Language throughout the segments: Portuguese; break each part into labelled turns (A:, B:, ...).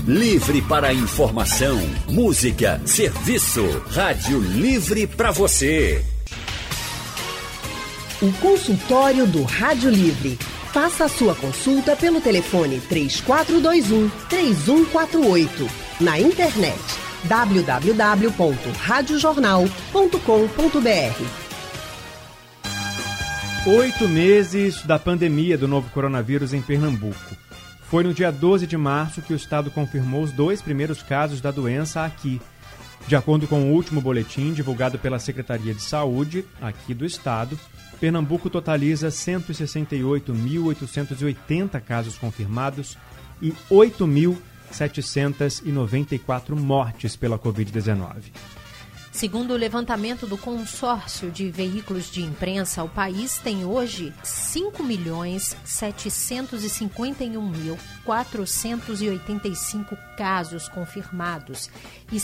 A: Livre para informação, música, serviço. Rádio Livre para você.
B: O consultório do Rádio Livre. Faça a sua consulta pelo telefone 3421-3148. Na internet www.radiojornal.com.br.
C: 8 meses da pandemia do novo coronavírus em Pernambuco. Foi no dia 12 de março que o estado confirmou os 2 primeiros casos da doença aqui. De acordo com o último boletim divulgado pela Secretaria de Saúde aqui do estado, Pernambuco totaliza 168.880 casos confirmados e 8.794 mortes pela Covid-19.
D: Segundo o levantamento do consórcio de veículos de imprensa, o país tem hoje 5.751.485 casos confirmados e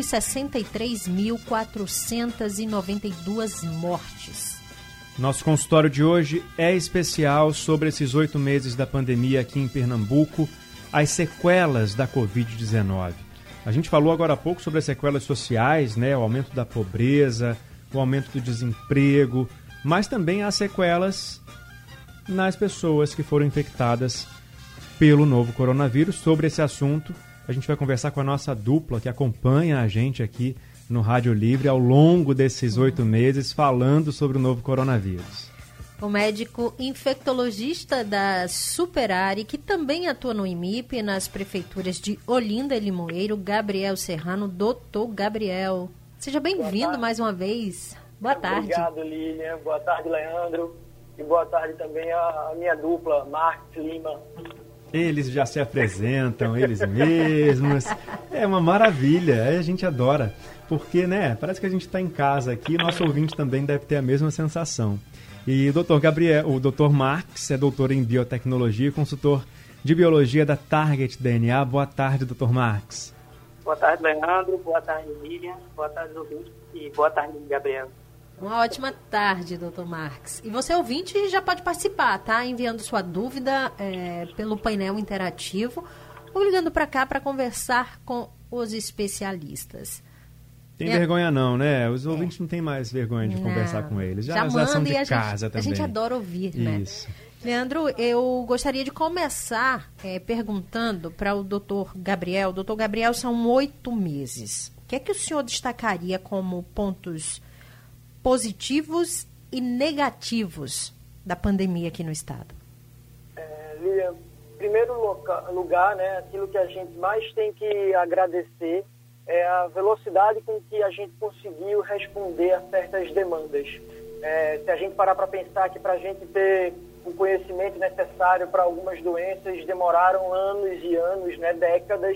D: 163.492 mortes.
C: Nosso consultório de hoje é especial sobre esses 8 meses da pandemia aqui em Pernambuco, as sequelas da Covid-19. A gente falou agora há pouco sobre as sequelas sociais, né? O aumento da pobreza, o aumento do desemprego, mas também há sequelas nas pessoas que foram infectadas pelo novo coronavírus. Sobre esse assunto, a gente vai conversar com a nossa dupla que acompanha a gente aqui no Rádio Livre ao longo desses 8 meses, falando sobre o novo coronavírus.
D: O médico infectologista da Superari, que também atua no IMIP, nas prefeituras de Olinda e Limoeiro, Gabriel Serrano. Doutor Gabriel, seja bem-vindo mais uma vez. Boa tarde.
E: Obrigado, Lilian. Boa tarde, Leandro. E boa tarde também à minha dupla, Marcos Lima.
C: Eles já se apresentam, eles mesmos. É uma maravilha, a gente adora. Porque, né, parece que a gente está em casa aqui, nosso ouvinte também deve ter a mesma sensação. E o Dr. Marx é doutor em biotecnologia e consultor de biologia da Target DNA. Boa tarde, Dr. Marx.
E: Boa tarde, Leandro. Boa tarde, Lilian. Boa tarde, ouvinte. E boa tarde, Gabriel.
D: Uma ótima tarde, Dr. Marx. E você, ouvinte, já pode participar, tá? Enviando sua dúvida pelo painel interativo ou ligando para cá para conversar com os especialistas.
C: Tem vergonha não, né? Os ouvintes não têm mais vergonha de conversar com eles. Já são de casa também.
D: A gente adora ouvir, né?
C: Isso.
D: Leandro, eu gostaria de começar perguntando para o doutor Gabriel. Doutor Gabriel, são 8 meses. O que é que o senhor destacaria como pontos positivos e negativos da pandemia aqui no estado?
E: Lilian, em primeiro lugar, né, aquilo que a gente mais tem que agradecer é a velocidade com que a gente conseguiu responder a certas demandas. Se a gente parar para pensar que para a gente ter o conhecimento necessário para algumas doenças demoraram anos e anos, né, décadas.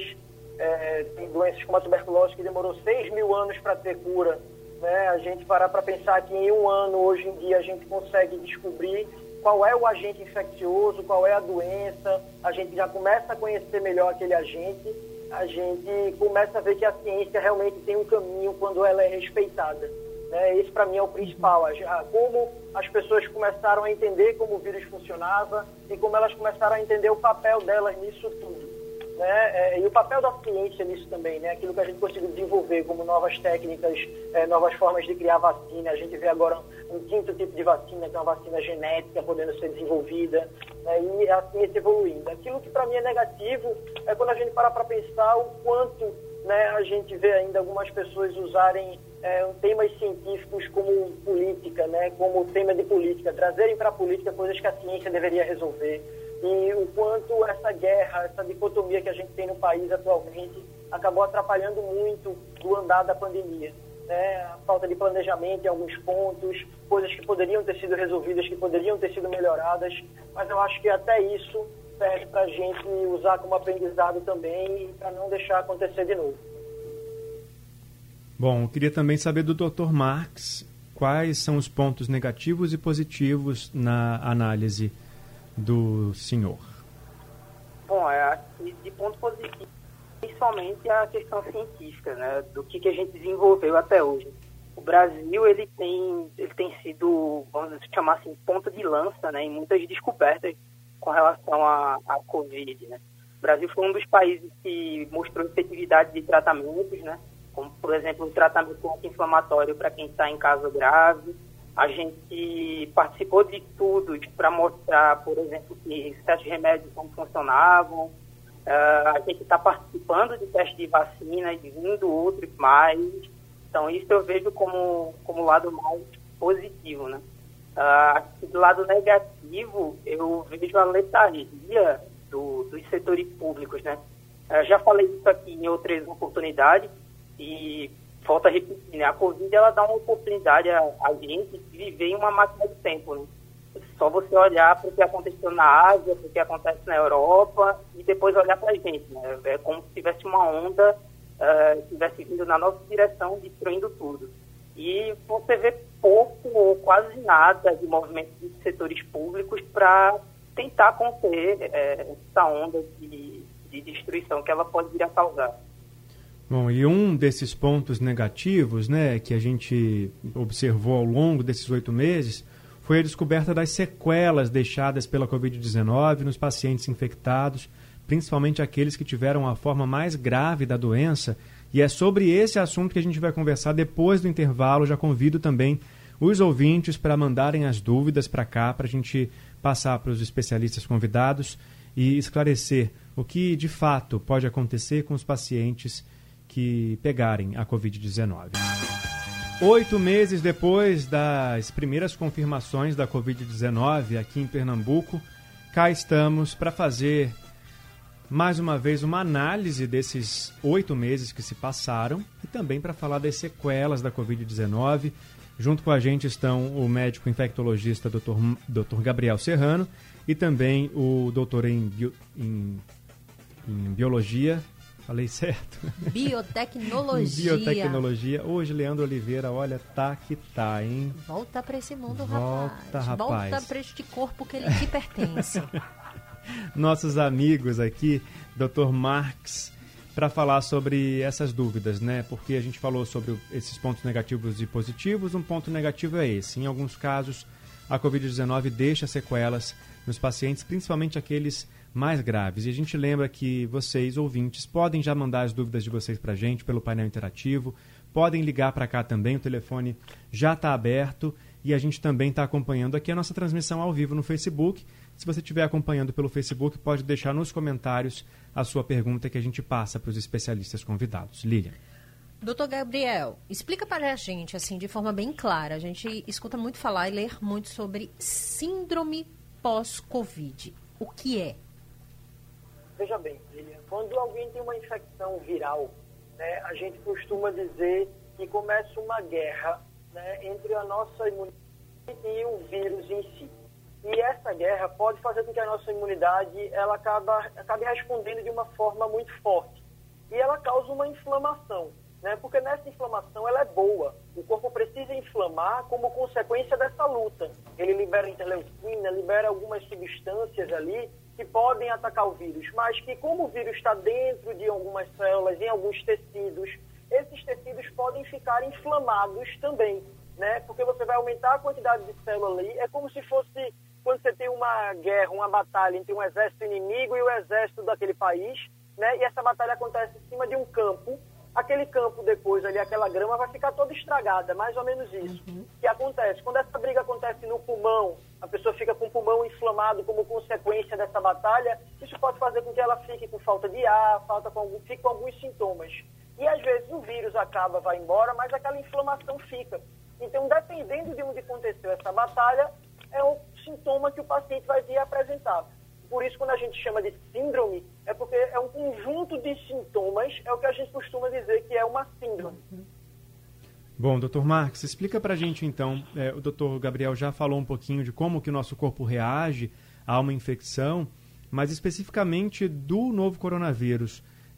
E: Tem doenças como a tuberculose que demorou 6.000 anos para ter cura. Né? A gente parar para pensar que em 1 ano, hoje em dia, a gente consegue descobrir qual é o agente infeccioso, qual é a doença, a gente já começa a conhecer melhor aquele agente, a gente começa a ver que a ciência realmente tem um caminho quando ela é respeitada. Né? Esse, para mim, é o principal. Como as pessoas começaram a entender como o vírus funcionava e como elas começaram a entender o papel delas nisso tudo. Né? E o papel da ciência nisso também, né? Aquilo que a gente conseguiu desenvolver como novas técnicas, novas formas de criar vacina. A gente vê agora um 5º tipo de vacina, que é uma vacina genética podendo ser desenvolvida, né? E a ciência evoluindo. Aquilo que para mim é negativo é quando a gente para pensar o quanto, né, a gente vê ainda algumas pessoas usarem temas científicos como política, né, como tema de política, trazerem para a política coisas que a ciência deveria resolver. E o quanto essa guerra, essa dicotomia que a gente tem no país atualmente acabou atrapalhando muito o andar da pandemia. Né? A falta de planejamento em alguns pontos, coisas que poderiam ter sido resolvidas, que poderiam ter sido melhoradas, mas eu acho que até isso serve para a gente usar como aprendizado também e para não deixar acontecer de novo.
C: Bom, eu queria também saber do Dr. Marx quais são os pontos negativos e positivos na análise do senhor.
F: Bom, de ponto positivo, principalmente a questão científica, né, do que a gente desenvolveu até hoje. O Brasil ele tem sido, vamos chamar assim, ponta de lança, né, em muitas descobertas com relação à Covid, né. Brasil foi um dos países que mostrou efetividade de tratamentos, né? Como, por exemplo, o tratamento anti-inflamatório para quem está em caso grave. A gente participou de estudos para mostrar, por exemplo, que certos remédios não funcionavam. A gente está participando de testes de vacina e vindo outros mais. Então, isso eu vejo como lado mais positivo, né? Do lado negativo, eu vejo a letargia dos setores públicos, né? Já falei isso aqui em outras oportunidades e volto a repetir, né? A Covid, ela dá uma oportunidade a gente de viver em uma máquina do tempo, né? Só você olhar para o que aconteceu na Ásia, para o que acontece na Europa e depois olhar para a gente, né? É como se tivesse uma onda estivesse vindo na nossa direção, destruindo tudo. E você vê pouco ou quase nada de movimento de setores públicos para tentar conter essa onda de destruição que ela pode vir a causar.
C: Bom, e um desses pontos negativos, né, que a gente observou ao longo desses 8 meses foi a descoberta das sequelas deixadas pela Covid-19 nos pacientes infectados, principalmente aqueles que tiveram a forma mais grave da doença. E é sobre esse assunto que a gente vai conversar depois do intervalo. Já convido também os ouvintes para mandarem as dúvidas para cá, para a gente passar para os especialistas convidados e esclarecer o que de fato pode acontecer com os pacientes que pegarem a Covid-19. 8 meses depois das primeiras confirmações da Covid-19 aqui em Pernambuco, cá estamos para fazer mais uma vez uma análise desses 8 meses que se passaram e também para falar das sequelas da Covid-19. Junto com a gente estão o médico infectologista Dr. Gabriel Serrano e também o doutor em biologia. Falei certo?
D: Biotecnologia.
C: Biotecnologia. Hoje, Leandro Oliveira, olha, tá que tá, hein?
D: Volta para esse mundo,
C: rapaz.
D: Volta para este corpo que ele te pertence.
C: Nossos amigos aqui, Dr. Marx, para falar sobre essas dúvidas, né? Porque a gente falou sobre esses pontos negativos e positivos. Um ponto negativo é esse. Em alguns casos, a Covid-19 deixa sequelas nos pacientes, principalmente aqueles mais graves. E a gente lembra que vocês, ouvintes, podem já mandar as dúvidas de vocês para a gente pelo painel interativo, podem ligar para cá também, o telefone já está aberto e a gente também está acompanhando aqui a nossa transmissão ao vivo no Facebook. Se você estiver acompanhando pelo Facebook, pode deixar nos comentários a sua pergunta que a gente passa para os especialistas convidados. Lilian.
D: Doutor Gabriel, explica para a gente, assim, de forma bem clara. A gente escuta muito falar e ler muito sobre síndrome pós-Covid. O que é?
E: Veja bem, Lilian, quando alguém tem uma infecção viral, né, a gente costuma dizer que começa uma guerra, né, entre a nossa imunidade e o vírus em si. E essa guerra pode fazer com que a nossa imunidade ela acabe respondendo de uma forma muito forte. E ela causa uma inflamação, né, porque nessa inflamação ela é boa. O corpo precisa inflamar como consequência dessa luta. Ele libera interleucina, libera algumas substâncias ali que podem atacar o vírus, mas que como o vírus está dentro de algumas células, em alguns tecidos, esses tecidos podem ficar inflamados também, né? Porque você vai aumentar a quantidade de célula ali, é como se fosse quando você tem uma guerra, uma batalha entre um exército inimigo e o exército daquele país, né? E essa batalha acontece em cima de um campo. Aquele campo depois ali, aquela grama vai ficar toda estragada, mais ou menos isso. Que acontece? Quando essa briga acontece no pulmão, a pessoa fica com o pulmão inflamado como consequência dessa batalha, isso pode fazer com que ela fique com falta de ar, fique com alguns sintomas. E às vezes o vírus vai embora, mas aquela inflamação fica. Então, dependendo de onde aconteceu essa batalha, é o sintoma que o paciente vai vir apresentar. Por isso, quando a gente chama de síndrome, é porque é um conjunto de sintomas, é o que a gente costuma dizer que é uma síndrome.
C: Bom, doutor Marx, explica pra gente então, o doutor Gabriel já falou um pouquinho de como que o nosso corpo reage a uma infecção, mas especificamente do novo coronavírus.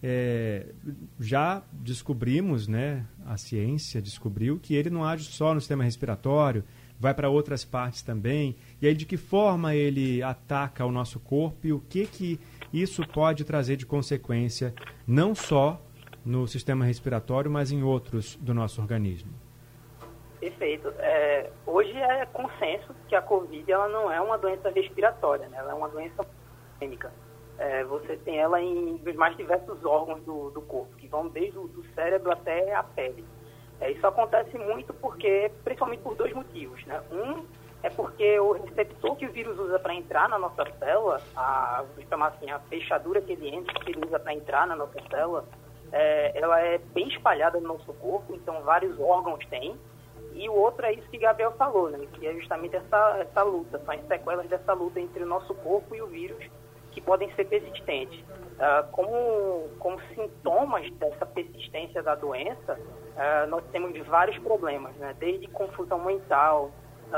C: Já descobrimos, né, a ciência descobriu que ele não age só no sistema respiratório, vai para outras partes também. E aí, de que forma ele ataca o nosso corpo e o que isso pode trazer de consequência, não só no sistema respiratório, mas em outros do nosso organismo?
F: Perfeito. Hoje é consenso que a Covid ela não é uma doença respiratória, né? Ela é uma doença pandêmica. você tem ela em os mais diversos órgãos do corpo, que vão desde o cérebro até a pele. Isso acontece muito principalmente por dois motivos, né? Um é porque o receptor que o vírus usa para entrar na nossa célula, a fechadura que ele usa para entrar na nossa célula, ela é bem espalhada no nosso corpo, então vários órgãos têm. E o outro é isso que Gabriel falou, né? Que é justamente essa luta, são as sequelas dessa luta entre o nosso corpo e o vírus, que podem ser persistentes. Como sintomas dessa persistência da doença, nós temos vários problemas, né? Desde confusão mental,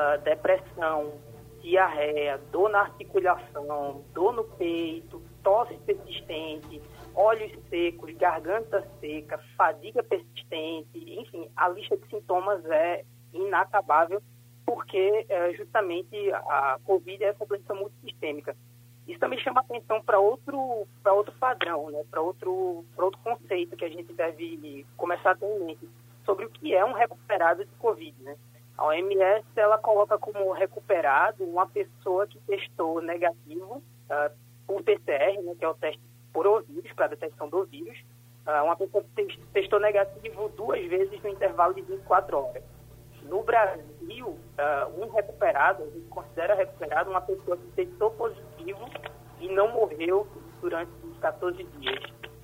F: depressão, diarreia, dor na articulação, dor no peito, tosse persistente, olhos secos, garganta seca, fadiga persistente, enfim, a lista de sintomas é inacabável, porque justamente a Covid é essa doença multissistêmica. Isso também chama atenção para outro padrão, né? Para outro conceito que a gente deve começar a ter em mente, sobre o que é um recuperado de Covid, né? A OMS, ela coloca como recuperado uma pessoa que testou negativo por PCR, né, que é o teste por ovírus, para a detecção do vírus. Uma pessoa que testou negativo 2 vezes no intervalo de 24 horas. No Brasil, um recuperado, a gente considera recuperado uma pessoa que testou positivo e não morreu durante os 14 dias.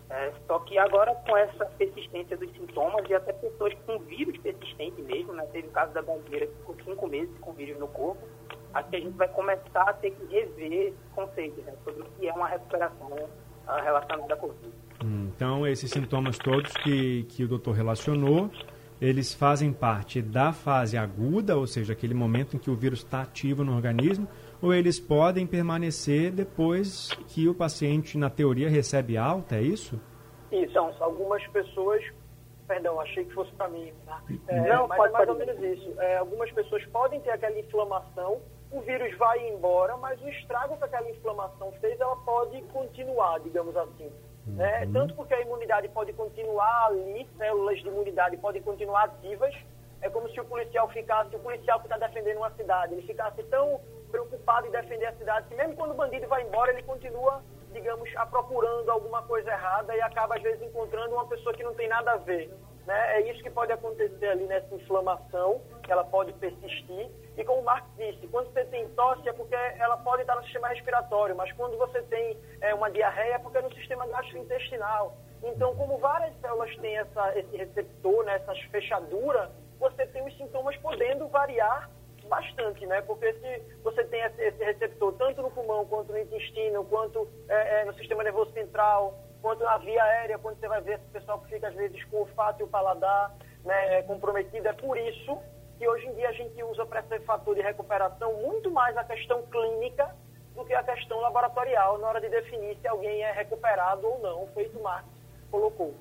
F: Só que agora, com essa persistência dos sintomas, e até pessoas com vírus persistente mesmo, né? Teve o caso da brasileira que ficou 5 meses com vírus no corpo, acho que a gente vai começar a ter que rever esse conceito, né? Sobre o que é uma recuperação relacionada à Covid.
C: Então, esses sintomas todos que o doutor relacionou, eles fazem parte da fase aguda, ou seja, aquele momento em que o vírus está ativo no organismo, ou eles podem permanecer depois que o paciente, na teoria, recebe alta, é isso?
E: Isso, então, algumas pessoas... Perdão, achei que fosse para mim. Tá?
F: Não,
E: mas
F: pode,
E: é mais ou
F: pode.
E: menos isso. Algumas pessoas podem ter aquela inflamação, o vírus vai embora, mas o estrago que aquela inflamação fez, ela pode continuar, digamos assim. Né? Tanto porque a imunidade pode continuar ali, células de imunidade podem continuar ativas. É como se o policial que está defendendo uma cidade, ele ficasse tão preocupado em defender a cidade que mesmo quando o bandido vai embora, ele continua, digamos, procurando alguma coisa errada e acaba, às vezes, encontrando uma pessoa que não tem nada a ver. Né? É isso que pode acontecer ali nessa inflamação, que ela pode persistir. E como o Marcos disse, quando você tem tosse é porque ela pode estar no sistema respiratório, mas quando você tem uma diarreia é porque é no sistema gastrointestinal. Então, como várias células têm esse receptor, né, essas fechaduras, você tem os sintomas podendo variar bastante, né? Porque se você tem esse receptor tanto no pulmão, quanto no intestino, quanto no sistema nervoso central, quanto na via aérea, quando você vai ver esse pessoal que fica às vezes com o olfato e o paladar, né, comprometido, é por isso que hoje em dia a gente usa para esse fator de recuperação muito mais a questão clínica do que a questão laboratorial na hora de definir se alguém é recuperado ou não, feito o Marcos colocou.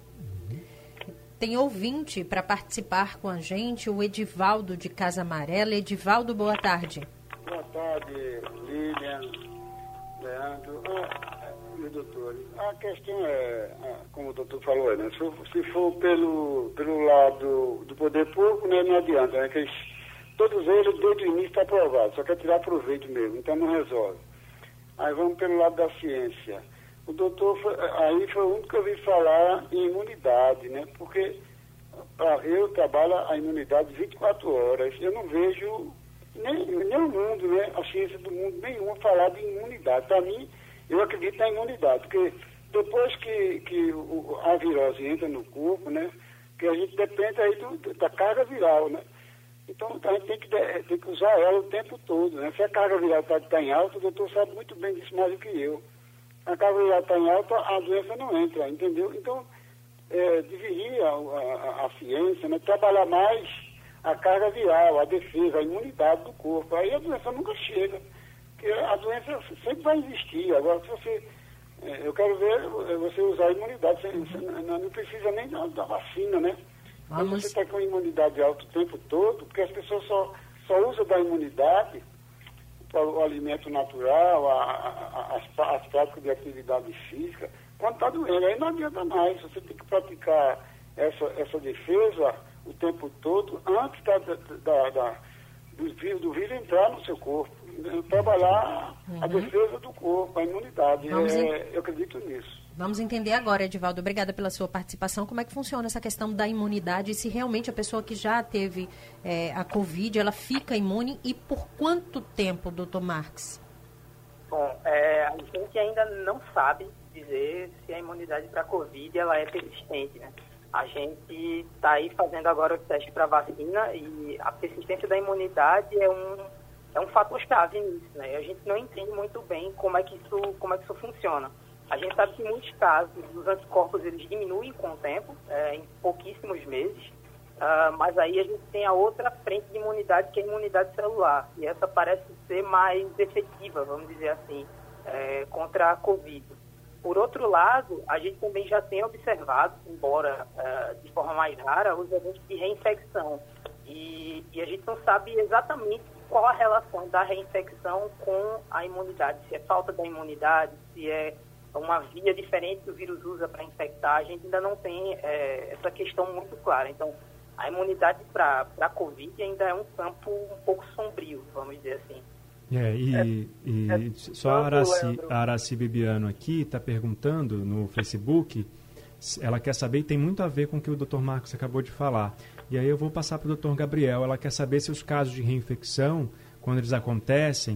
D: Tem ouvinte para participar com a gente, o Edivaldo de Casa Amarela. Edivaldo, boa tarde.
G: Boa tarde, Lilian, Leandro e o doutor. A questão como o doutor falou, né? Se for pelo lado do poder público, né, não adianta, né? Que todos eles, desde o início, estão aprovados, só quer tirar proveito mesmo, então não resolve. Aí vamos pelo lado da ciência. O doutor, aí foi o único que eu ouvi falar em imunidade, né? Porque eu trabalho a imunidade 24 horas. Eu não vejo nem o mundo, né? A ciência do mundo nenhuma falar de imunidade. Para mim, eu acredito na imunidade, porque depois que a virose entra no corpo, né? Que a gente depende aí da carga viral, né? Então a gente tem que usar ela o tempo todo, né? Se a carga viral está em alta, o doutor sabe muito bem disso mais do que eu. A carga viral está em alta, a doença não entra, entendeu? Então, deveria a ciência, né, trabalhar mais a carga viral, a defesa, a imunidade do corpo. Aí a doença nunca chega, porque a doença sempre vai existir. Agora, se você... eu quero ver você usar a imunidade, não precisa nem da vacina, né? Mas você está com a imunidade alta o tempo todo, porque as pessoas só usam da imunidade o alimento natural, as práticas de atividade física, quando está doendo. Aí não adianta mais, você tem que praticar essa defesa o tempo todo, antes do vírus entrar no seu corpo. trabalhar a defesa do corpo, a imunidade. Eu acredito nisso.
D: Vamos entender agora, Edivaldo. Obrigada pela sua participação. Como é que funciona essa questão da imunidade e se realmente a pessoa que já teve a Covid, ela fica imune e por quanto tempo, doutor Marques?
F: Bom, a gente ainda não sabe dizer se a imunidade para a Covid ela é persistente, né? A gente está aí fazendo agora o teste para vacina e a persistência da imunidade é um fator chave nisso, né? A gente não entende muito bem como é que isso funciona. A gente sabe que em muitos casos os anticorpos eles diminuem com o tempo, em pouquíssimos meses, mas aí a gente tem a outra frente de imunidade, que é a imunidade celular, e essa parece ser mais efetiva, vamos dizer assim, contra a Covid. Por outro lado, a gente também já tem observado, embora de forma mais rara, os eventos de reinfecção. E a gente não sabe exatamente qual a relação da reinfecção com a imunidade, se é falta da imunidade, se é uma via diferente que o vírus usa para infectar. A gente ainda não tem essa questão muito clara. Então, a imunidade para a Covid ainda é um campo um pouco sombrio, vamos dizer assim.
C: Só a Araci Bibiano aqui está perguntando no Facebook, ela quer saber, e tem muito a ver com o que o Dr. Marcos acabou de falar. E aí eu vou passar para o Dr. Gabriel. Ela quer saber se os casos de reinfecção, quando eles acontecem,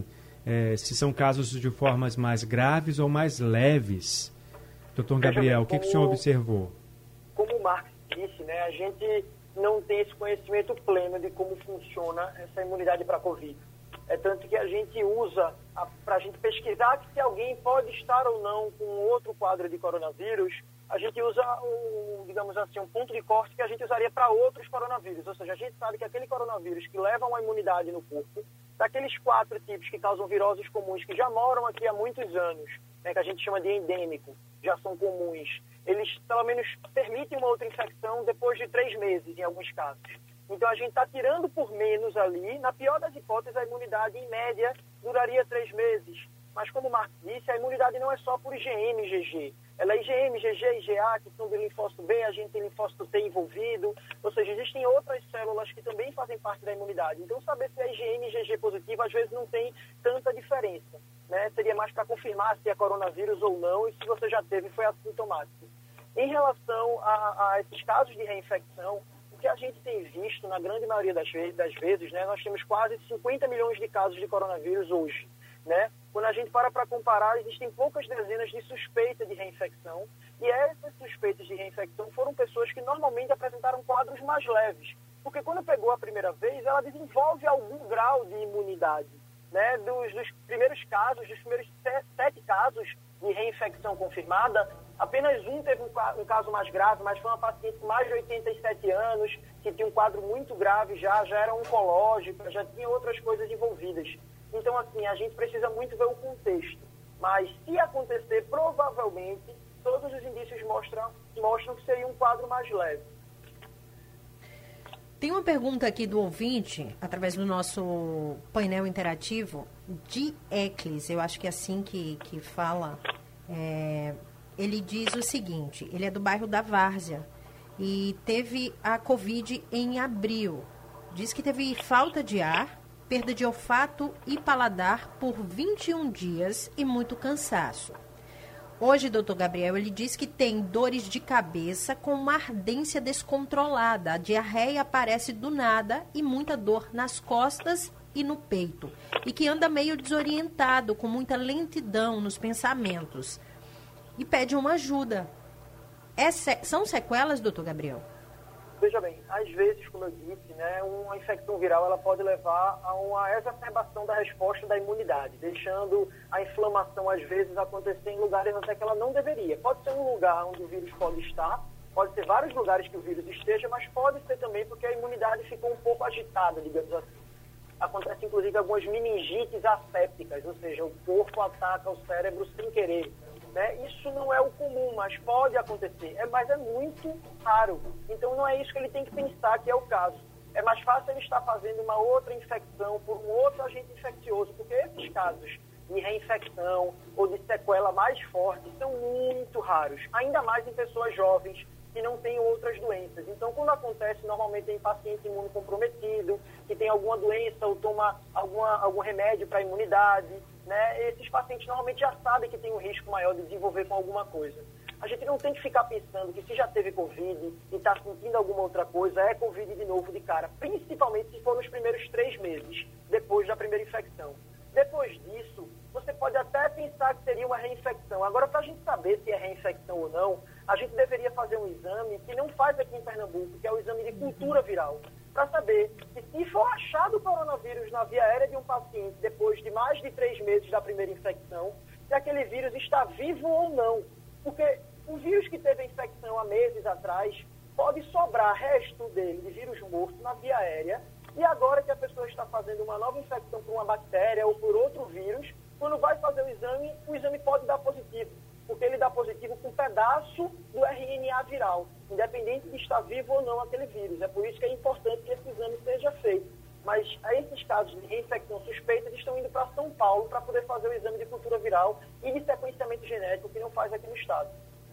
C: se são casos de formas mais graves ou mais leves. Dr. Gabriel, o que o senhor observou?
E: Como o Marcos disse, né, a gente não tem esse conhecimento pleno de como funciona essa imunidade para a Covid. É tanto que a gente usa para a gente pesquisar que se alguém pode estar ou não com outro quadro de coronavírus, a gente usa, digamos assim, um ponto de corte que a gente usaria para outros coronavírus. Ou seja, a gente sabe que aquele coronavírus que leva uma imunidade no corpo, daqueles 4 tipos que causam viroses comuns, que já moram aqui há muitos anos, né, que a gente chama de endêmico, já são comuns, eles pelo menos permitem uma outra infecção depois de 3 meses, em alguns casos. Então, a gente está tirando por menos ali. Na pior das hipóteses, a imunidade, em média, duraria 3 meses. Mas, como o Marcos disse, a imunidade não é só por IgM e IgG. Ela é IgM, IgG, IgA, que são do linfócito B, a gente tem linfócito T envolvido. Ou seja, existem outras células que também fazem parte da imunidade. Então, saber se é IgM e IgG positivo, às vezes, não tem tanta diferença, né? Seria mais para confirmar se é coronavírus ou não, e se você já teve, foi assintomático. Em relação a esses casos de reinfecção, o que a gente tem visto, na grande maioria das vezes, né, nós temos quase 50 milhões de casos de coronavírus hoje, né? Quando a gente para comparar, existem poucas dezenas de suspeitas de reinfecção, e essas suspeitas de reinfecção foram pessoas que normalmente apresentaram quadros mais leves, porque quando pegou a primeira vez, ela desenvolve algum grau de imunidade, né? Dos primeiros casos, dos primeiros 7 casos de reinfecção confirmada, apenas um teve um caso mais grave, mas foi uma paciente com mais de 87 anos, que tinha um quadro muito grave já era oncológico, já tinha outras coisas envolvidas. Então, assim, a gente precisa muito ver o contexto. Mas, se acontecer, provavelmente, todos os indícios mostram que seria um quadro mais leve.
D: Tem uma pergunta aqui do ouvinte, através do nosso painel interativo, de Eclis, eu acho que é assim que fala. Ele diz o seguinte, ele é do bairro da Várzea e teve a Covid em abril. Diz que teve falta de ar, perda de olfato e paladar por 21 dias e muito cansaço. Hoje, doutor Gabriel, ele diz que tem dores de cabeça com uma ardência descontrolada. A diarreia aparece do nada e muita dor nas costas e no peito. E que anda meio desorientado, com muita lentidão nos pensamentos. E pede uma ajuda. São sequelas, doutor Gabriel?
E: Veja bem, às vezes, como eu disse, né, uma infecção viral ela pode levar a uma exacerbação da resposta da imunidade, deixando a inflamação, às vezes, acontecer em lugares até que ela não deveria. Pode ser um lugar onde o vírus pode estar, pode ser vários lugares que o vírus esteja, mas pode ser também porque a imunidade ficou um pouco agitada, digamos assim. Acontece, inclusive, algumas meningites assépticas, ou seja, o corpo ataca o cérebro sem querer. Né? Isso não é o comum, mas pode acontecer. Mas é muito raro. Então, não é isso que ele tem que pensar que é o caso. É mais fácil ele estar fazendo uma outra infecção por um outro agente infeccioso, porque esses casos de reinfecção ou de sequela mais forte são muito raros, ainda mais em pessoas jovens, que não tenham outras doenças. Então, quando acontece, normalmente em paciente imunocomprometido, que tem alguma doença ou toma algum remédio para a imunidade, né? Esses pacientes normalmente já sabem que tem um risco maior de desenvolver com alguma coisa. A gente não tem que ficar pensando que se já teve Covid e está sentindo alguma outra coisa, é Covid de novo de cara, principalmente se for nos primeiros 3 meses, depois da primeira infecção. Depois disso, você pode até pensar que seria uma reinfecção. Agora, para a gente saber se é reinfecção ou não, a gente deveria fazer um exame que não faz aqui em Pernambuco, que é o exame de cultura viral, para saber que se for achado o coronavírus na via aérea de um paciente depois de mais de 3 meses da primeira infecção, se aquele vírus está vivo ou não. Porque o vírus que teve a infecção há meses atrás, pode sobrar resto dele de vírus morto na via aérea, e agora que a pessoa está fazendo uma nova infecção por uma bactéria ou por outro vírus, quando vai fazer o exame pode dar positivo, porque ele dá positivo com um pedaço do RNA viral, independente de estar vivo ou não aquele vírus. É por isso que é importante que esse exame seja feito. Mas esses casos de reinfecção suspeita estão indo para São Paulo para poder fazer o exame de cultura viral e de sequenciamento genético, que não faz aqui no estado.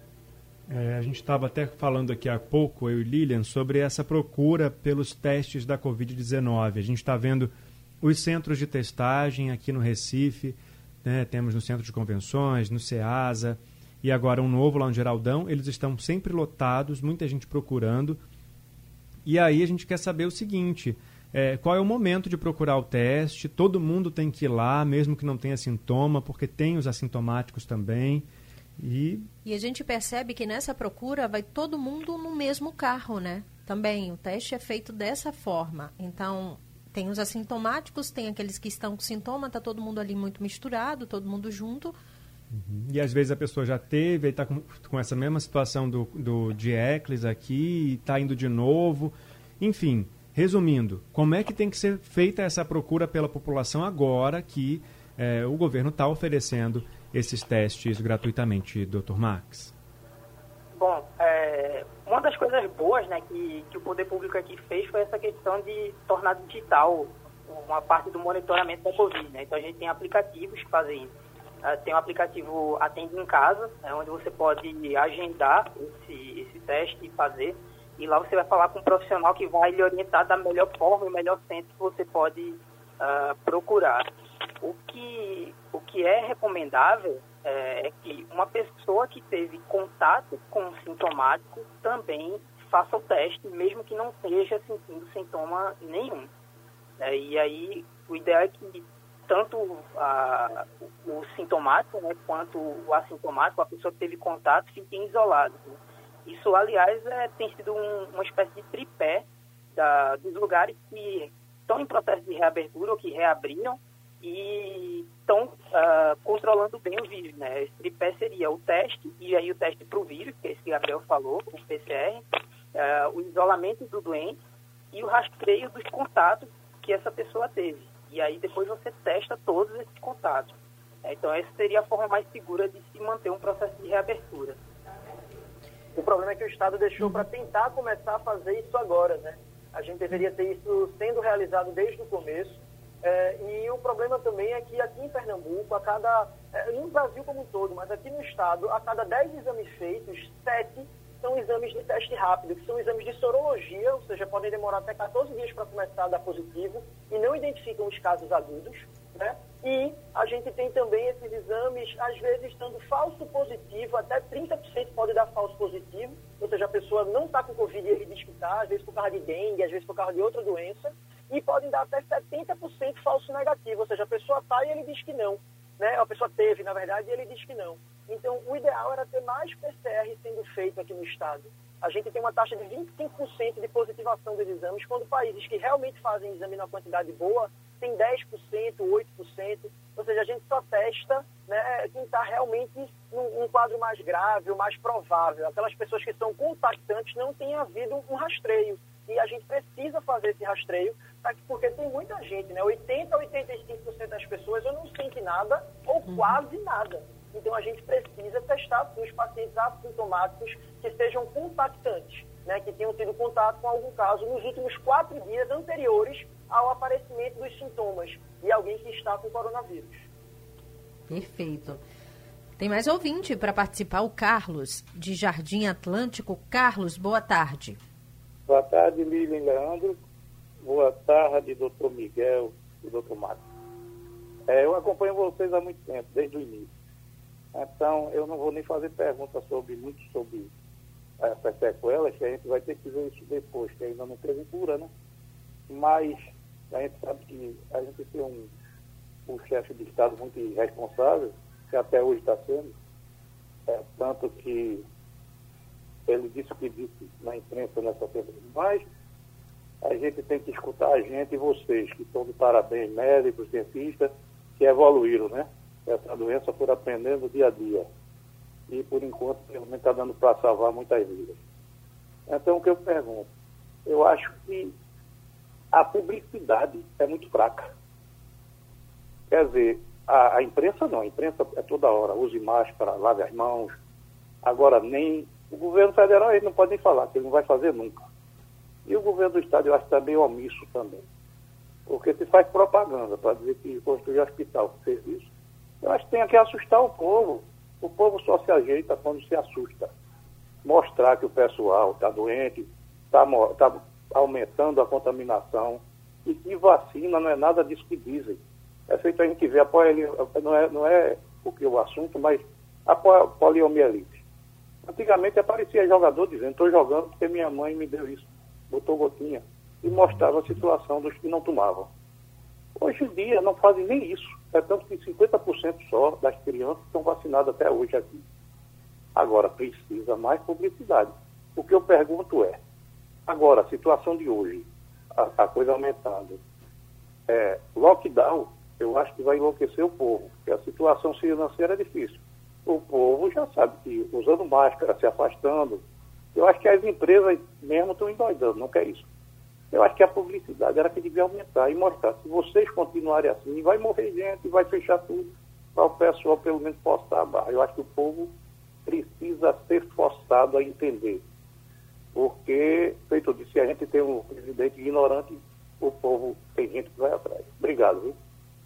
C: A gente estava até falando aqui há pouco, eu e Lilian, sobre essa procura pelos testes da Covid-19. A gente está vendo os centros de testagem aqui no Recife, né? Temos no Centro de Convenções, no CEASA, e agora um novo lá no Geraldão. Eles estão sempre lotados, muita gente procurando. E aí a gente quer saber o seguinte, qual é o momento de procurar o teste? Todo mundo tem que ir lá, mesmo que não tenha sintoma, porque tem os assintomáticos também. E
D: a gente percebe que nessa procura vai todo mundo no mesmo carro, né? Também o teste é feito dessa forma. Então, tem os assintomáticos, tem aqueles que estão com sintoma, está todo mundo ali muito misturado, todo mundo junto.
C: Uhum. E às vezes a pessoa já teve, está com essa mesma situação do Diéclis aqui, e está indo de novo. Enfim, resumindo, como é que tem que ser feita essa procura pela população agora que o governo está oferecendo esses testes gratuitamente, Dr. Max?
F: Bom, uma das coisas boas, né, que o poder público aqui fez foi essa questão de tornar digital uma parte do monitoramento da Covid, né? Então a gente tem aplicativos que fazem isso. Tem um aplicativo Atende em Casa, onde você pode agendar esse teste e fazer. E lá você vai falar com um profissional que vai lhe orientar da melhor forma e o melhor centro que você pode procurar. O que é recomendável é que uma pessoa que teve contato com um sintomático também faça o teste, mesmo que não esteja sentindo sintoma nenhum. E aí, o ideal é que tanto o sintomático, né, quanto o assintomático, a pessoa que teve contato, fiquem isolados. Né? Isso, aliás, tem sido uma espécie de tripé dos lugares que estão em processo de reabertura ou que reabriram e estão controlando bem o vírus, né? Esse tripé seria o teste, e aí o teste para o vírus, que é esse que o Gabriel falou, o PCR, o isolamento do doente e o rastreio dos contatos que essa pessoa teve. E aí depois você testa todos esses contatos. Então essa seria a forma mais segura de se manter um processo de reabertura.
E: O problema é que o Estado deixou para tentar começar a fazer isso agora, né? A gente deveria ter isso sendo realizado desde o começo. E o problema também é que aqui em Pernambuco, no Brasil como um todo, mas aqui no Estado, a cada 10 exames feitos, 7 são exames de teste rápido, que são exames de sorologia, ou seja, podem demorar até 14 dias para começar a dar positivo e não identificam os casos agudos, né? E a gente tem também esses exames, às vezes, dando falso positivo, até 30% pode dar falso positivo, ou seja, a pessoa não está com Covid e ele diz que está, às vezes por causa de dengue, às vezes por causa de outra doença, e podem dar até 70% falso negativo, ou seja, a pessoa está e ele diz que não, né? A pessoa teve, na verdade, e ele diz que não. Então, o ideal era ter mais PCR sendo feito aqui no Estado. A gente tem uma taxa de 25% de positivação dos exames, quando países que realmente fazem exame na quantidade boa tem 10%, 8%, ou seja, a gente só testa, né, quem está realmente num quadro mais grave ou mais provável. Aquelas pessoas que são contactantes não tem havido um rastreio. E a gente precisa fazer esse rastreio, porque tem muita gente, né? 80% a 85% das pessoas ou não sente nada ou quase nada. Então a gente precisa testar os pacientes assintomáticos que sejam contactantes, né? Que tenham tido contato com algum caso nos últimos 4 dias anteriores ao aparecimento dos sintomas e alguém que está com coronavírus.
D: Perfeito. Tem mais ouvinte para participar, o Carlos, de Jardim Atlântico. Carlos, boa tarde.
H: Boa tarde, Lilian e Leandro. Boa tarde, doutor Miguel e doutor Marcos. Eu acompanho vocês há muito tempo, desde o início. Então, eu não vou nem fazer perguntas sobre essas sequelas, que a gente vai ter que ver isso depois, que ainda não teve cura, né? Mas a gente sabe que a gente tem um chefe de Estado muito irresponsável, que até hoje está sendo, tanto que ele disse o que disse na imprensa nessa semana, mas a gente tem que escutar a gente e vocês, que estão de parabéns, médicos, cientistas, que evoluíram, né? Essa doença por aprendendo dia a dia. E, por enquanto, realmente está dando para salvar muitas vidas. Então, o que eu pergunto? Eu acho que a publicidade é muito fraca. Quer dizer, a imprensa não. A imprensa é toda hora. Use máscara, lave as mãos. Agora, nem o governo federal, ele não pode nem falar, que ele não vai fazer nunca. E o governo do estado, eu acho que está bem omisso também. Porque se faz propaganda para dizer que construir hospital, serviço, eu acho que tem que assustar o povo. O povo só se ajeita quando se assusta. Mostrar que o pessoal está doente, está aumentando a contaminação e que vacina não é nada disso que dizem. É feito a gente ver, não é o assunto, mas a poliomielite. Antigamente aparecia jogador dizendo, estou jogando porque minha mãe me deu isso, botou gotinha, e mostrava a situação dos que não tomavam. Hoje em dia não fazem nem isso. É tanto que 50% só das crianças estão vacinadas até hoje aqui. Agora, precisa mais publicidade. O que eu pergunto é, agora, a situação de hoje, a coisa aumentando, lockdown, eu acho que vai enlouquecer o povo, porque a situação financeira é difícil. O povo já sabe que usando máscara, se afastando, eu acho que as empresas mesmo estão endoidando, não quer isso. Eu acho que a publicidade era que devia aumentar e mostrar. Se vocês continuarem assim, vai morrer gente, vai fechar tudo, para o pessoal pelo menos postar a barra. Eu acho que o povo precisa ser forçado a entender. Porque, feito eu disse, se a gente tem um presidente ignorante, o povo tem gente que vai atrás. Obrigado, viu?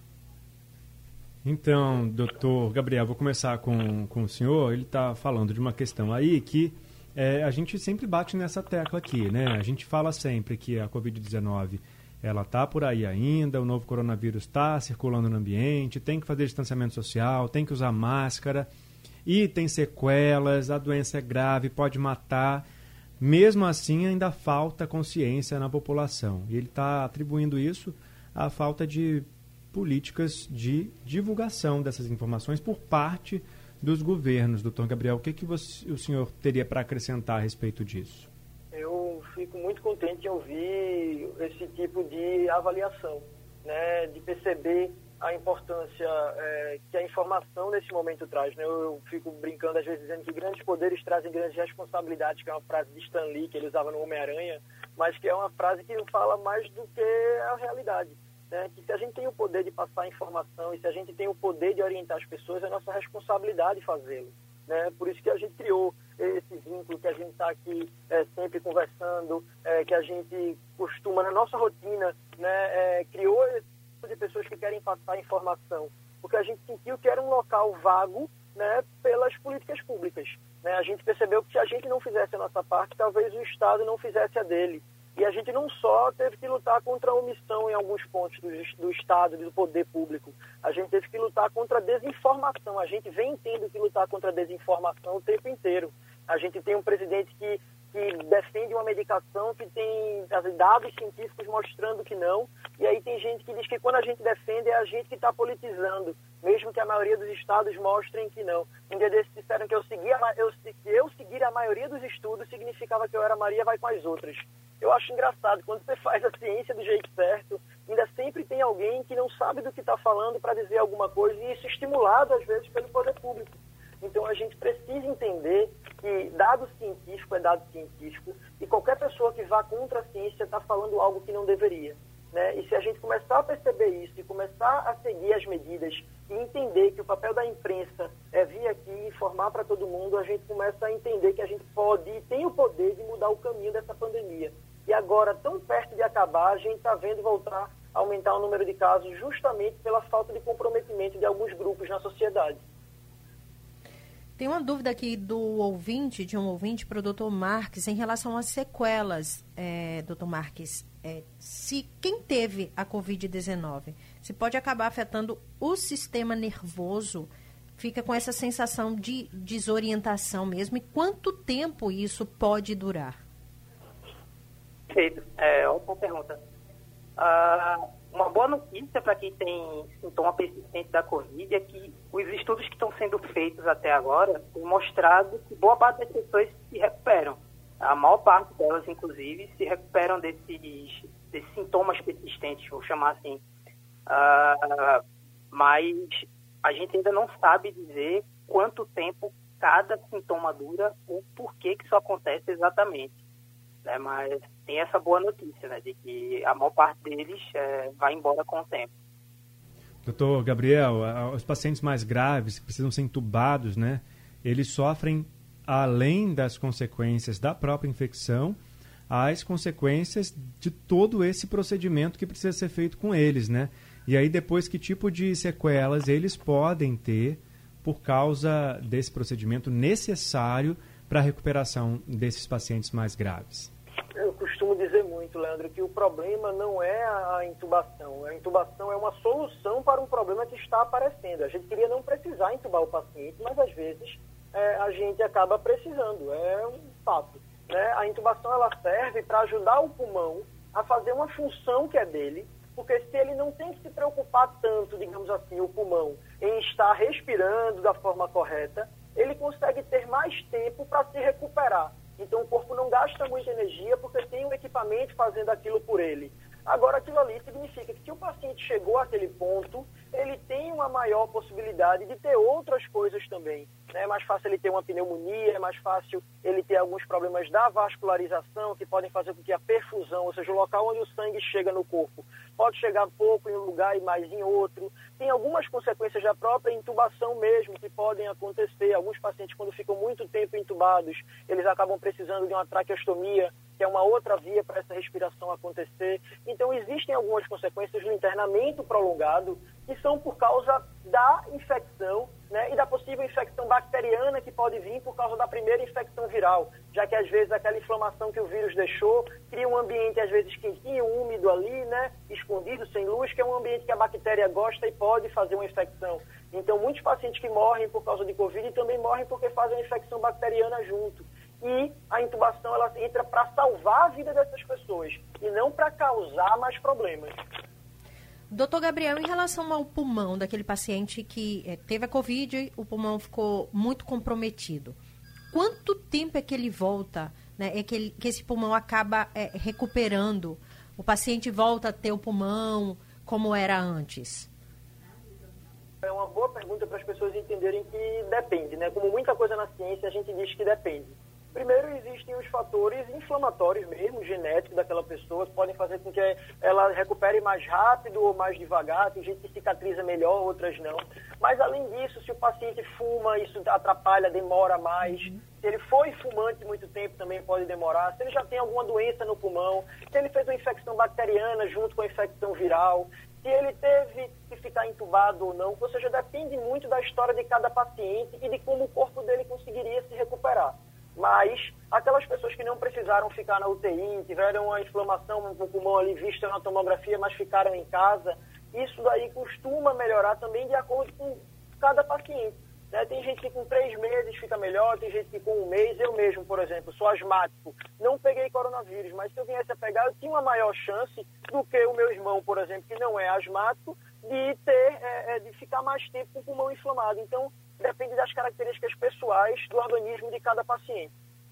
C: Então, doutor Gabriel, vou começar com o senhor. Ele está falando de uma questão aí que a gente sempre bate nessa tecla aqui, né? A gente fala sempre que a Covid-19 ela está por aí ainda, o novo coronavírus está circulando no ambiente, tem que fazer distanciamento social, tem que usar máscara e tem sequelas, a doença é grave, pode matar. Mesmo assim, ainda falta consciência na população. E ele está atribuindo isso à falta de políticas de divulgação dessas informações por parte dos governos. Doutor Gabriel, o que o senhor teria para acrescentar a respeito disso?
E: Eu fico muito contente em ouvir esse tipo de avaliação, né, de perceber a importância que a informação nesse momento traz. Né? Eu fico brincando às vezes dizendo que grandes poderes trazem grandes responsabilidades, que é uma frase de Stan Lee que ele usava no Homem-Aranha, mas que é uma frase que fala mais do que a realidade. Né, que se a gente tem o poder de passar informação e se a gente tem o poder de orientar as pessoas, é nossa responsabilidade fazê-lo. Né? Por isso que a gente criou esse vínculo, que a gente está aqui sempre conversando, que a gente costuma, na nossa rotina, né, criou esse tipo de pessoas que querem passar informação, porque a gente sentiu que era um local vago, né, pelas políticas públicas. Né? A gente percebeu que se a gente não fizesse a nossa parte, talvez o Estado não fizesse a dele. E a gente não só teve que lutar contra a omissão em alguns pontos do Estado, do poder público. A gente teve que lutar contra a desinformação. A gente vem tendo que lutar contra a desinformação o tempo inteiro. A gente tem um presidente que defende uma medicação que tem dados científicos mostrando que não. E aí tem gente que diz que quando a gente defende é a gente que está politizando, mesmo que a maioria dos estados mostrem que não. Um dia desses disseram que eu seguir a maioria dos estudos significava que eu era Maria vai com as outras. Eu acho engraçado, quando você faz a ciência do jeito certo, ainda sempre tem alguém que não sabe do que está falando para dizer alguma coisa, e isso é estimulado, às vezes, pelo poder público. Então, a gente precisa entender que dado científico é dado científico, e qualquer pessoa que vá contra a ciência está falando algo que não deveria. Né? E se a gente começar a perceber isso, e começar a seguir as medidas, e entender que o papel da imprensa é vir aqui e informar para todo mundo, a gente começa a entender que a gente pode e tem o poder de mudar o caminho dessa pandemia. E agora, tão perto de acabar, a gente está vendo voltar a aumentar o número de casos justamente pela falta de comprometimento de alguns grupos na sociedade.
D: Tem uma dúvida aqui de um ouvinte para o doutor Marques, em relação às sequelas, doutor Marques. Se quem teve a Covid-19, se pode acabar afetando o sistema nervoso, fica com essa sensação de desorientação mesmo, e quanto tempo isso pode durar?
F: Perfeito. Ótima pergunta. Uma boa notícia para quem tem sintoma persistente da Covid é que os estudos que estão sendo feitos até agora têm mostrado que boa parte das pessoas se recuperam. A maior parte delas, inclusive, se recuperam desses sintomas persistentes, vou chamar assim. Mas a gente ainda não sabe dizer quanto tempo cada sintoma dura ou por que isso acontece exatamente. Mas tem essa boa notícia, né, de que a maior parte deles vai embora com o tempo.
C: Doutor Gabriel, os pacientes mais graves que precisam ser intubados, né, eles sofrem, além das consequências da própria infecção, as consequências de todo esse procedimento que precisa ser feito com eles, né? E aí depois, que tipo de sequelas eles podem ter por causa desse procedimento necessário para a recuperação desses pacientes mais graves?
E: Eu costumo dizer muito, Leandro, que o problema não é a intubação. A intubação é uma solução para um problema que está aparecendo. A gente queria não precisar intubar o paciente, mas às vezes a gente acaba precisando. É um fato, né? A intubação ela serve para ajudar o pulmão a fazer uma função que é dele, porque se ele não tem que se preocupar tanto, digamos assim, o pulmão, em estar respirando da forma correta, ele consegue ter mais tempo para se recuperar. Então o corpo não gasta muita energia porque tem um equipamento fazendo aquilo por ele. Agora, aquilo ali significa que se o paciente chegou àquele ponto, ele tem uma maior possibilidade de ter outras coisas também. É mais fácil ele ter uma pneumonia, é mais fácil ele ter alguns problemas da vascularização que podem fazer com que a perfusão, ou seja, o local onde o sangue chega no corpo, pode chegar pouco em um lugar e mais em outro. Tem algumas consequências da própria intubação mesmo que podem acontecer. Alguns pacientes, quando ficam muito tempo intubados, eles acabam precisando de uma traqueostomia, que é uma outra via para essa respiração acontecer. Então, existem algumas consequências do internamento prolongado que são por causa da infecção, né, e da possível infecção bacteriana que pode vir por causa da primeira infecção viral, já que às vezes aquela inflamação que o vírus deixou cria um ambiente às vezes quentinho, úmido ali, né, escondido, sem luz, que é um ambiente que a bactéria gosta e pode fazer uma infecção. Então, muitos pacientes que morrem por causa de Covid também morrem porque fazem a infecção bacteriana junto. E a intubação ela entra para salvar a vida dessas pessoas e não para causar mais problemas.
D: Doutor Gabriel, em relação ao pulmão daquele paciente que teve a Covid, o pulmão ficou muito comprometido. Quanto tempo é que ele volta, né, que esse pulmão acaba recuperando? O paciente volta a ter o pulmão como era antes?
E: É uma boa pergunta para as pessoas entenderem que depende, né? Como muita coisa na ciência, a gente diz que depende. Primeiro, existem os fatores inflamatórios mesmo, genéticos daquela pessoa, que podem fazer com que ela recupere mais rápido ou mais devagar. Tem gente que cicatriza melhor, outras não. Mas, além disso, se o paciente fuma, isso atrapalha, demora mais. Se ele foi fumante muito tempo, também pode demorar. Se ele já tem alguma doença no pulmão, se ele fez uma infecção bacteriana junto com a infecção viral, se ele teve que ficar entubado ou não. Ou seja, depende muito da história de cada paciente e de como o corpo dele conseguiria se recuperar. Mas aquelas pessoas que não precisaram ficar na UTI, tiveram uma inflamação no pulmão ali vista na tomografia, mas ficaram em casa, isso daí costuma melhorar também de acordo com cada paciente, né? Tem gente que com 3 meses fica melhor, tem gente que com 1 mês. Eu mesmo, por exemplo, sou asmático, não peguei coronavírus, mas se eu viesse a pegar, eu tinha uma maior chance do que o meu irmão, por exemplo, que não é asmático, de ficar mais tempo com o pulmão inflamado. Então, depende das características pessoais do organismo de cada paciente.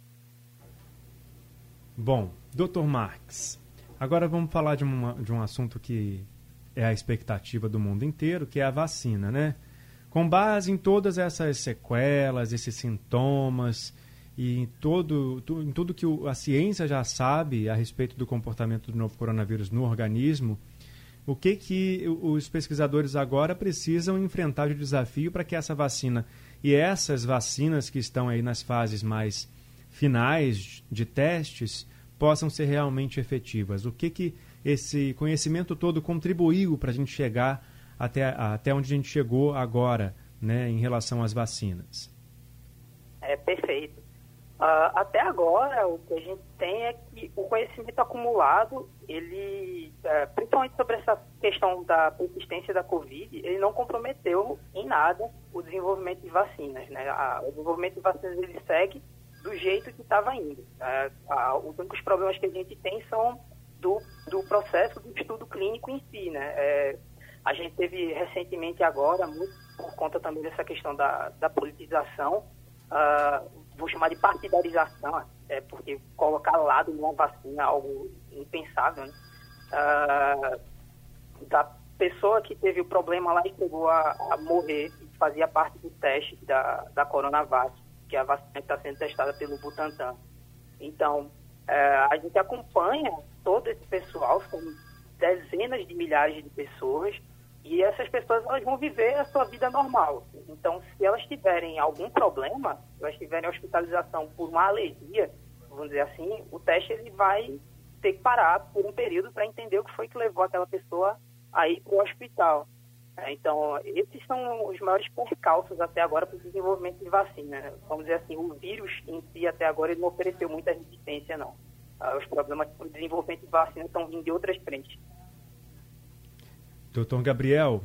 C: Bom, Dr. Marques, agora vamos falar de um assunto que é a expectativa do mundo inteiro, que é a vacina, né? Com base em todas essas sequelas, esses sintomas e em tudo que a ciência já sabe a respeito do comportamento do novo coronavírus no organismo, o que os pesquisadores agora precisam enfrentar de desafio para que essa vacina e essas vacinas que estão aí nas fases mais finais de testes possam ser realmente efetivas? O que esse conhecimento todo contribuiu para a gente chegar até onde a gente chegou agora, né, em relação às vacinas?
F: Perfeito. Até agora, o que a gente tem é que o conhecimento acumulado, ele, principalmente sobre essa questão da persistência da Covid, ele não comprometeu em nada o desenvolvimento de vacinas, né? O desenvolvimento de vacinas, ele segue do jeito que estava indo. Os únicos problemas que a gente tem são do processo do estudo clínico em si, né? A gente teve recentemente agora, muito por conta também dessa questão da politização, vou chamar de partidarização, porque colocar ao lado uma vacina é algo impensável, né? Da pessoa que teve o problema lá e chegou a morrer, fazia parte do teste da Coronavac, que é a vacina que está sendo testada pelo Butantan. Então, a gente acompanha todo esse pessoal, são dezenas de milhares de pessoas, e essas pessoas elas vão viver a sua vida normal. Então, se elas tiverem algum problema, se elas tiverem hospitalização por uma alergia, vamos dizer assim, o teste ele vai ter que parar por um período para entender o que foi que levou aquela pessoa a ir para o hospital. Então, esses são os maiores percalços até agora para o desenvolvimento de vacina. Vamos dizer assim, o vírus em si até agora ele não ofereceu muita resistência, não. Os problemas para o desenvolvimento de vacina estão vindo de outras frentes.
C: Doutor Gabriel,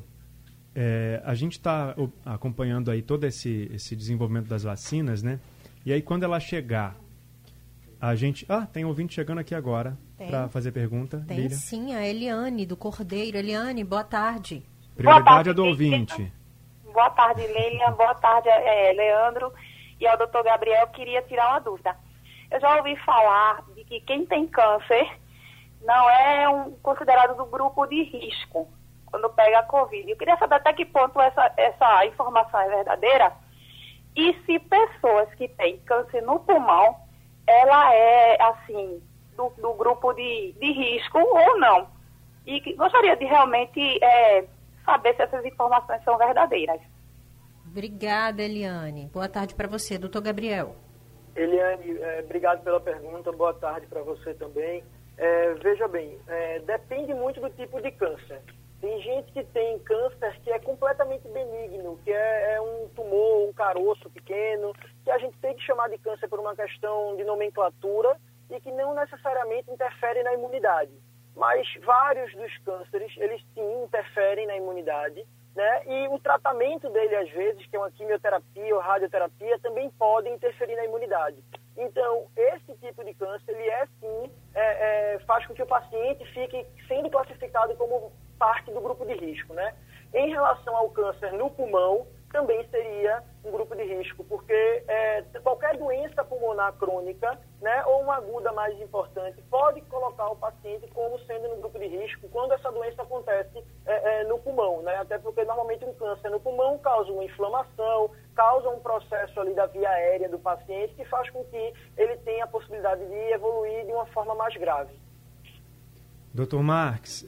C: a gente está acompanhando aí todo esse desenvolvimento das vacinas, né? E aí quando ela chegar, a gente... tem ouvinte chegando aqui agora para fazer pergunta.
D: Tem
C: Lília.
D: Sim, a Eliane do Cordeiro. Eliane, boa tarde.
C: Prioridade é do ouvinte.
I: Boa tarde, Leila. Boa tarde, Leandro. E ao doutor Gabriel, queria tirar uma dúvida. Eu já ouvi falar de que quem tem câncer não é considerado do grupo de risco quando pega a Covid. Eu queria saber até que ponto essa informação é verdadeira e se pessoas que têm câncer no pulmão, ela é, assim, do grupo de risco ou não. E gostaria de realmente saber se essas informações são verdadeiras.
D: Obrigada, Eliane. Boa tarde para você, doutor Gabriel.
E: Eliane, obrigado pela pergunta. Boa tarde para você também. Veja bem, depende muito do tipo de câncer. Tem gente que tem câncer que é completamente benigno, que é um tumor, um caroço pequeno, que a gente tem que chamar de câncer por uma questão de nomenclatura e que não necessariamente interfere na imunidade. Mas vários dos cânceres, eles sim interferem na imunidade, né? E o tratamento dele, às vezes, que é uma quimioterapia ou radioterapia, também pode interferir na imunidade. Então, esse tipo de câncer, ele sim, faz com que o paciente fique sendo classificado como parte do grupo de risco, né? Em relação ao câncer no pulmão, também seria um grupo de risco, porque qualquer doença pulmonar crônica, né, ou uma aguda mais importante, pode colocar o paciente como sendo no grupo de risco quando essa doença acontece no pulmão, né? Até porque normalmente um câncer no pulmão causa uma inflamação, causa um processo ali da via aérea do paciente que faz com que ele tenha a possibilidade de evoluir de uma forma mais grave.
C: Doutor Marques,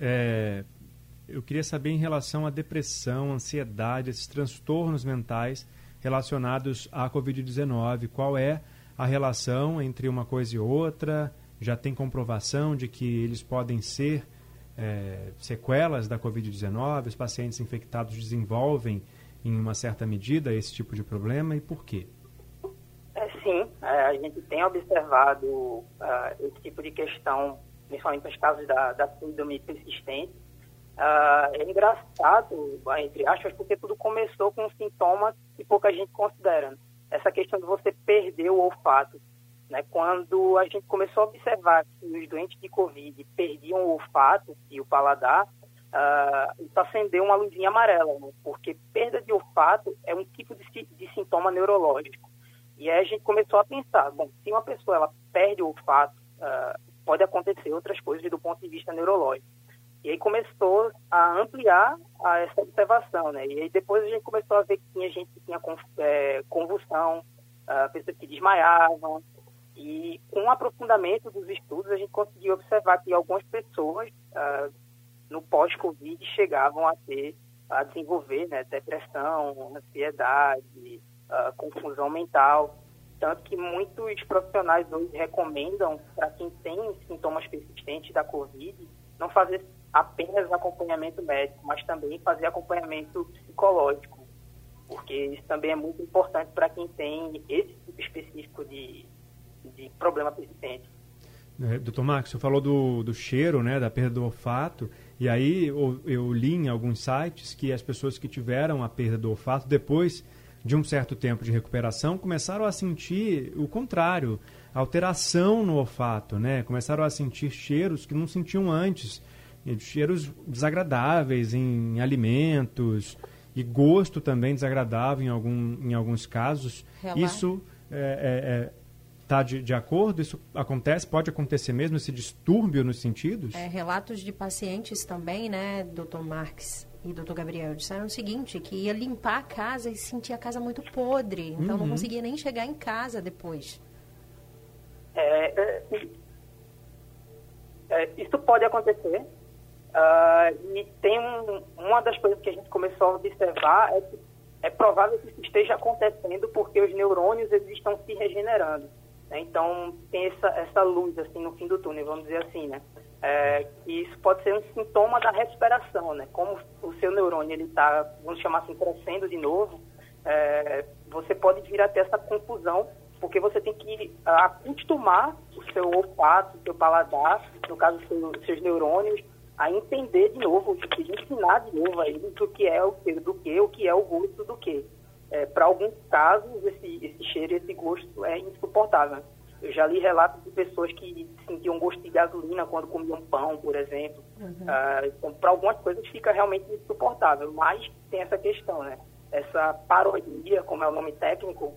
C: eu queria saber em relação à depressão, ansiedade, esses transtornos mentais relacionados à Covid-19. Qual é a relação entre uma coisa e outra? Já tem comprovação de que eles podem ser sequelas da Covid-19? Os pacientes infectados desenvolvem, em uma certa medida, esse tipo de problema? E por quê?
F: Sim, a gente tem observado esse tipo de questão, principalmente nos casos da síndrome persistente. É engraçado, entre aspas, porque tudo começou com sintomas que pouca gente considera. Essa questão de você perder o olfato, né? Quando a gente começou a observar que os doentes de Covid perdiam o olfato e o paladar, isso acendeu uma luzinha amarela, né? Porque perda de olfato é um tipo de sintoma neurológico. E aí a gente começou a pensar, bom, se uma pessoa ela perde o olfato, pode acontecer outras coisas do ponto de vista neurológico. E aí começou a ampliar essa observação, né? E aí depois a gente começou a ver que tinha gente que tinha convulsão, pessoas que desmaiavam. E com o aprofundamento dos estudos, a gente conseguiu observar que algumas pessoas, no pós-Covid, chegavam a desenvolver, né, depressão, ansiedade, confusão mental. Tanto que muitos profissionais hoje recomendam, para quem tem sintomas persistentes da Covid, não fazer apenas acompanhamento médico, mas também fazer acompanhamento psicológico, porque isso também é muito importante para quem tem esse tipo específico de problema persistente.
C: Doutor Marcos, você falou do cheiro, né, da perda do olfato, e aí eu li em alguns sites que as pessoas que tiveram a perda do olfato, depois de um certo tempo de recuperação, começaram a sentir o contrário, alteração no olfato, né? Começaram a sentir cheiros que não sentiam antes, cheiros desagradáveis em alimentos, e gosto também desagradável em alguns casos. Isso está de acordo? Isso acontece? Pode acontecer mesmo, esse distúrbio nos sentidos?
D: Relatos de pacientes também, né, doutor Marques e doutor Gabriel, disseram o seguinte, que ia limpar a casa e sentia a casa muito podre, então não conseguia nem chegar em casa depois.
F: Isso pode acontecer. E tem uma das coisas que a gente começou a observar é que é provável que isso esteja acontecendo porque os neurônios eles estão se regenerando, né? Então tem essa luz assim no fim do túnel, vamos dizer assim, né? Que isso pode ser um sintoma da recuperação, né? Como o seu neurônio ele está, vamos chamar assim, crescendo de novo, você pode vir a ter essa confusão porque você tem que acostumar o seu olfato, o seu paladar, no caso seus neurônios, a entender de novo, ensinar de novo a eles o que é o cheiro do que, o que é o gosto do que. Para alguns casos, esse cheiro e esse gosto é insuportável. Eu já li relatos de pessoas que sentiam gosto de gasolina quando comiam pão, por exemplo. Então, para algumas coisas fica realmente insuportável, mas tem essa questão, né? Essa parodia, como é o nome técnico,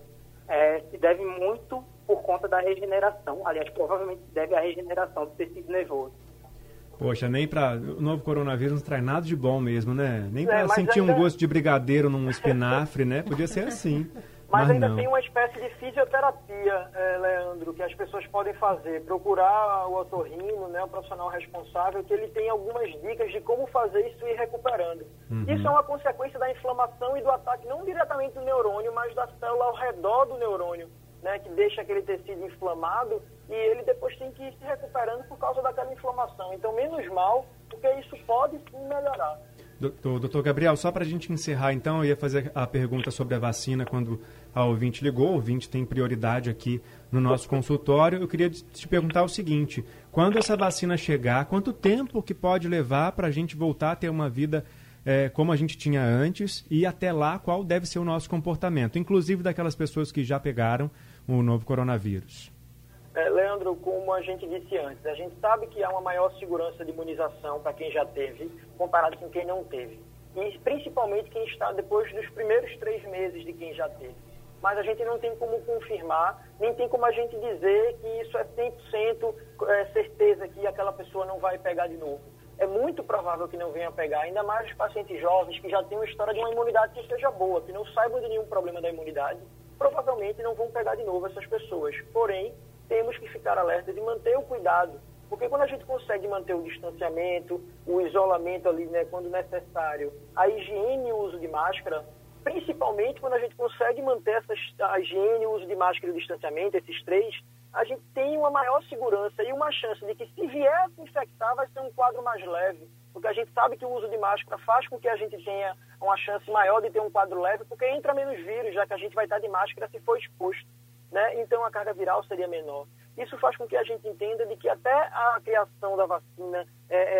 F: se deve muito por conta da regeneração. Aliás, provavelmente se deve à regeneração do tecido nervoso.
C: Poxa, nem para o novo coronavírus não traz nada de bom mesmo, né? Nem para sentir um gosto de brigadeiro num espinafre, né? Podia ser assim.
E: Mas ainda tem uma espécie de fisioterapia, Leandro, que as pessoas podem fazer. Procurar o otorrino, né, o profissional responsável, que ele tem algumas dicas de como fazer isso e ir recuperando. Isso é uma consequência da inflamação e do ataque, não diretamente do neurônio, mas da célula ao redor do neurônio, né, que deixa aquele tecido inflamado e ele depois tem que ir se recuperando por causa daquela inflamação. Então, menos mal, porque isso pode sim melhorar.
C: Doutor Gabriel, só para a gente encerrar, então, eu ia fazer a pergunta sobre a vacina quando a ouvinte ligou. O ouvinte tem prioridade aqui no nosso consultório. Eu queria te perguntar o seguinte, quando essa vacina chegar, quanto tempo que pode levar para a gente voltar a ter uma vida como a gente tinha antes e até lá qual deve ser o nosso comportamento, inclusive daquelas pessoas que já pegaram o novo coronavírus?
E: Leandro, como a gente disse antes, a gente sabe que há uma maior segurança de imunização para quem já teve, comparado com quem não teve. E principalmente quem está depois dos primeiros 3 meses de quem já teve. Mas a gente não tem como confirmar, nem tem como a gente dizer que isso é 100% certeza que aquela pessoa não vai pegar de novo. É muito provável que não venha pegar, ainda mais os pacientes jovens que já têm uma história de uma imunidade que esteja boa, que não saibam de nenhum problema da imunidade, provavelmente não vão pegar de novo essas pessoas. Porém, temos que ficar alertas e manter o cuidado, porque quando a gente consegue manter o distanciamento, o isolamento ali, né, quando necessário, a higiene e o uso de máscara, principalmente quando a gente consegue manter a higiene, o uso de máscara e o distanciamento, esses 3, a gente tem uma maior segurança e uma chance de que se vier a se infectar vai ser um quadro mais leve, porque a gente sabe que o uso de máscara faz com que a gente tenha uma chance maior de ter um quadro leve, porque entra menos vírus, já que a gente vai estar de máscara se for exposto, né? Então a carga viral seria menor. Isso faz com que a gente entenda de que até a criação da vacina,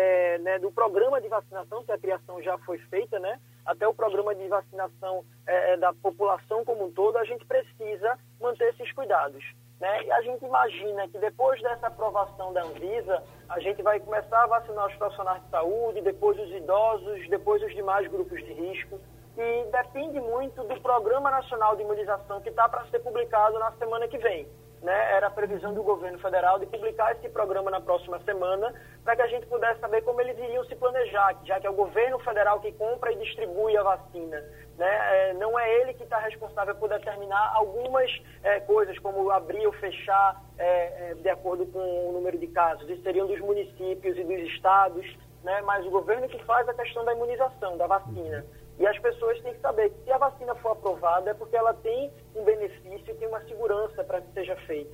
E: né, do programa de vacinação, que a criação já foi feita, né, até o programa de vacinação da população como um todo, a gente precisa manter esses cuidados, né? E a gente imagina que depois dessa aprovação da Anvisa, a gente vai começar a vacinar os profissionais de saúde, depois os idosos, depois os demais grupos de risco. E depende muito do Programa Nacional de Imunização que está para ser publicado na semana que vem, né? Era a previsão do governo federal de publicar esse programa na próxima semana para que a gente pudesse saber como eles iriam se planejar, já que é o governo federal que compra e distribui a vacina, né? Não é ele que está responsável por determinar algumas coisas, como abrir ou fechar de acordo com o número de casos. Isso seriam dos municípios e dos estados, né? Mas o governo que faz a questão da imunização, da vacina. E as pessoas têm que saber que se a vacina for aprovada é porque ela tem um benefício e tem uma segurança para que seja feita.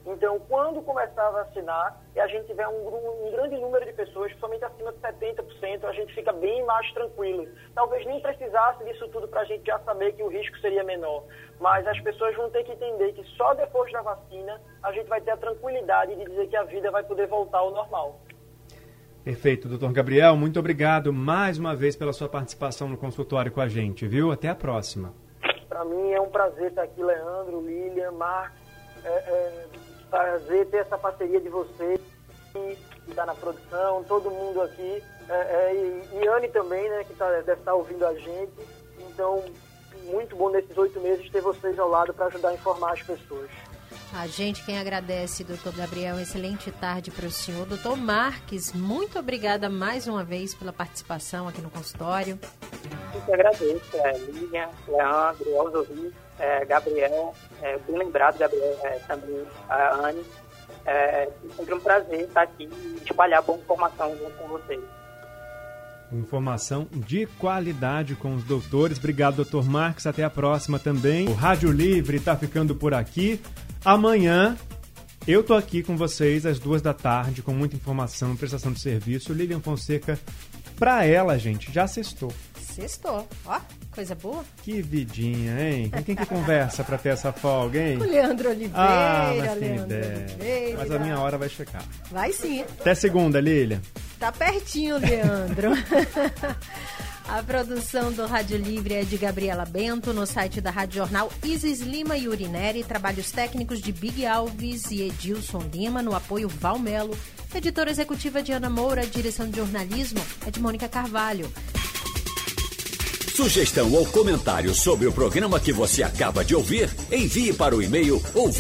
E: Então, quando começar a vacinar e a gente tiver um grande número de pessoas, principalmente acima de 70%, a gente fica bem mais tranquilo. Talvez nem precisasse disso tudo para a gente já saber que o risco seria menor. Mas as pessoas vão ter que entender que só depois da vacina a gente vai ter a tranquilidade de dizer que a vida vai poder voltar ao normal.
C: Perfeito, doutor Gabriel. Muito obrigado mais uma vez pela sua participação no consultório com a gente, viu? Até a próxima.
E: Para mim é um prazer estar aqui, Leandro, Lilian, Marcos. Prazer ter essa parceria de vocês, que está na produção, todo mundo aqui, e Anne também, né, que deve estar ouvindo a gente. Então, muito bom nesses 8 meses ter vocês ao lado para ajudar a informar as pessoas.
D: A gente quem agradece, doutor Gabriel, excelente tarde para o senhor. Doutor Marques, muito obrigada mais uma vez pela participação aqui no consultório.
F: Eu que agradeço, Lilian, Leandro, aos ouvintes, Gabriel, bem lembrado, Gabriel, também a Anne. É sempre um prazer estar aqui e espalhar boa informação junto com vocês.
C: Informação de qualidade com os doutores. Obrigado, doutor Marques. Até a próxima também. O Rádio Livre está ficando por aqui. Amanhã eu tô aqui com vocês às 14h com muita informação, prestação de serviço. Lilian Fonseca, pra ela, gente, já sextou.
D: Sextou. Ó, coisa boa.
C: Que vidinha, hein? Com quem que conversa pra ter essa folga, hein?
D: O Leandro Oliveira.
C: Mas tem ideia.
D: Oliveira.
C: Mas a minha hora vai chegar.
D: Vai sim.
C: Até segunda, Lilian.
D: Tá pertinho, Leandro. A produção do Rádio Livre é de Gabriela Bento, no site da Rádio Jornal Isis Lima e Urineri, trabalhos técnicos de Big Alves e Edilson Lima, no apoio Valmelo, editora executiva de Ana Moura, direção de jornalismo é de Mônica Carvalho.
A: Sugestão ou comentário sobre o programa que você acaba de ouvir, envie para o e-mail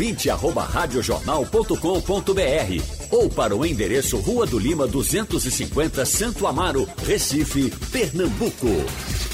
A: ouvinte@radiojornal.com.br ou para o endereço Rua do Lima 250, Santo Amaro, Recife, Pernambuco.